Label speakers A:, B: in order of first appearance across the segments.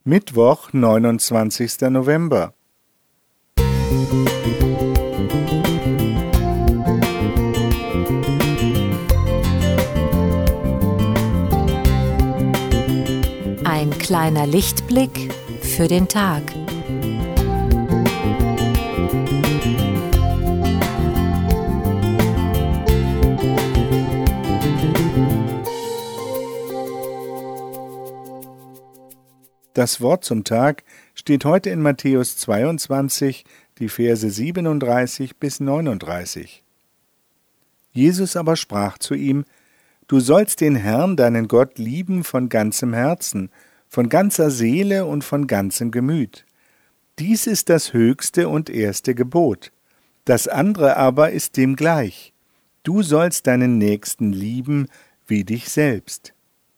A: Mittwoch, 29. November.
B: Ein kleiner Lichtblick für den Tag.
A: Das Wort zum Tag steht heute in Matthäus 22, die Verse 37 bis 39. Jesus aber sprach zu ihm: Du sollst den Herrn, deinen Gott, lieben von ganzem Herzen, von ganzer Seele und von ganzem Gemüt. Dies ist das höchste und erste Gebot. Das andere aber ist dem gleich: Du sollst deinen Nächsten lieben wie dich selbst.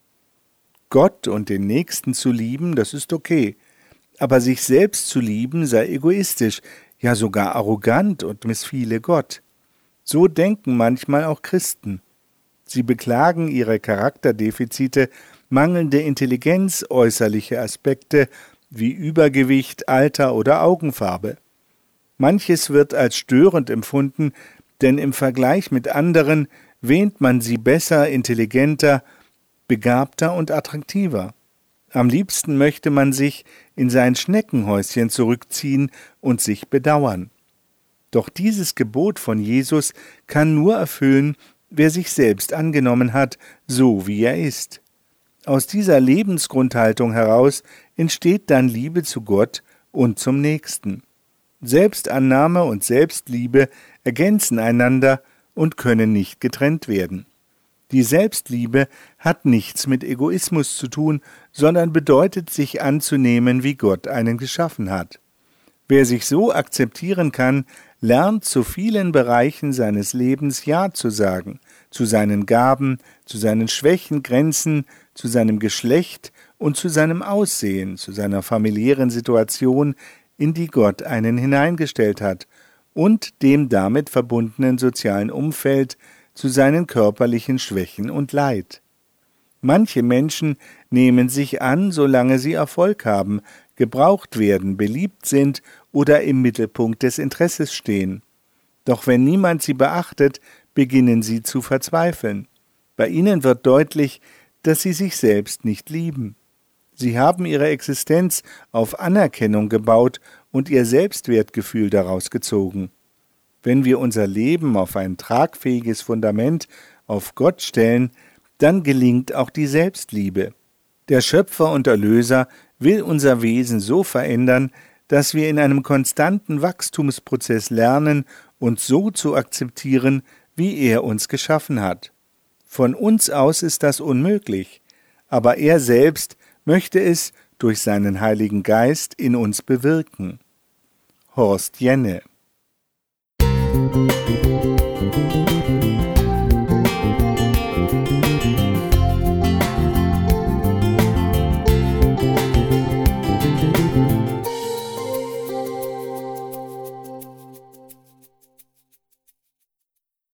A: Gott und den Nächsten zu lieben, das ist okay, aber sich selbst zu lieben sei egoistisch, ja sogar arrogant und missfiele Gott. So denken manchmal auch Christen. Sie beklagen ihre Charakterdefizite, mangelnde Intelligenz, äußerliche Aspekte wie Übergewicht, Alter oder Augenfarbe. Manches wird als störend empfunden, denn im Vergleich mit anderen wähnt man sie besser, intelligenter, begabter und attraktiver. Am liebsten möchte man sich in sein Schneckenhäuschen zurückziehen und sich bedauern. Doch dieses Gebot von Jesus kann nur erfüllen, wer sich selbst angenommen hat, so wie er ist. Aus dieser Lebensgrundhaltung heraus entsteht dann Liebe zu Gott und zum Nächsten. Selbstannahme und Selbstliebe ergänzen einander und können nicht getrennt werden. Die Selbstliebe hat nichts mit Egoismus zu tun, sondern bedeutet, sich anzunehmen, wie Gott einen geschaffen hat. Wer sich so akzeptieren kann, lernt zu vielen Bereichen seines Lebens Ja zu sagen, zu seinen Gaben, zu seinen Schwächen, Grenzen, zu seinem Geschlecht und zu seinem Aussehen, zu seiner familiären Situation, in die Gott einen hineingestellt hat, und dem damit verbundenen sozialen Umfeld, zu seinen körperlichen Schwächen und Leid. Manche Menschen nehmen sich an, solange sie Erfolg haben, gebraucht werden, beliebt sind oder im Mittelpunkt des Interesses stehen. Doch wenn niemand sie beachtet, beginnen sie zu verzweifeln. Bei ihnen wird deutlich, dass sie sich selbst nicht lieben. Sie haben ihre Existenz auf Anerkennung gebaut und ihr Selbstwertgefühl daraus gezogen. Wenn wir unser Leben auf ein tragfähiges Fundament, auf Gott stellen, dann gelingt auch die Selbstliebe. Der Schöpfer und Erlöser will unser Wesen so verändern, dass wir in einem konstanten Wachstumsprozess lernen, uns so zu akzeptieren, wie er uns geschaffen hat. Von uns aus ist das unmöglich, aber er selbst möchte es durch seinen Heiligen Geist in uns bewirken. Horst Jenne.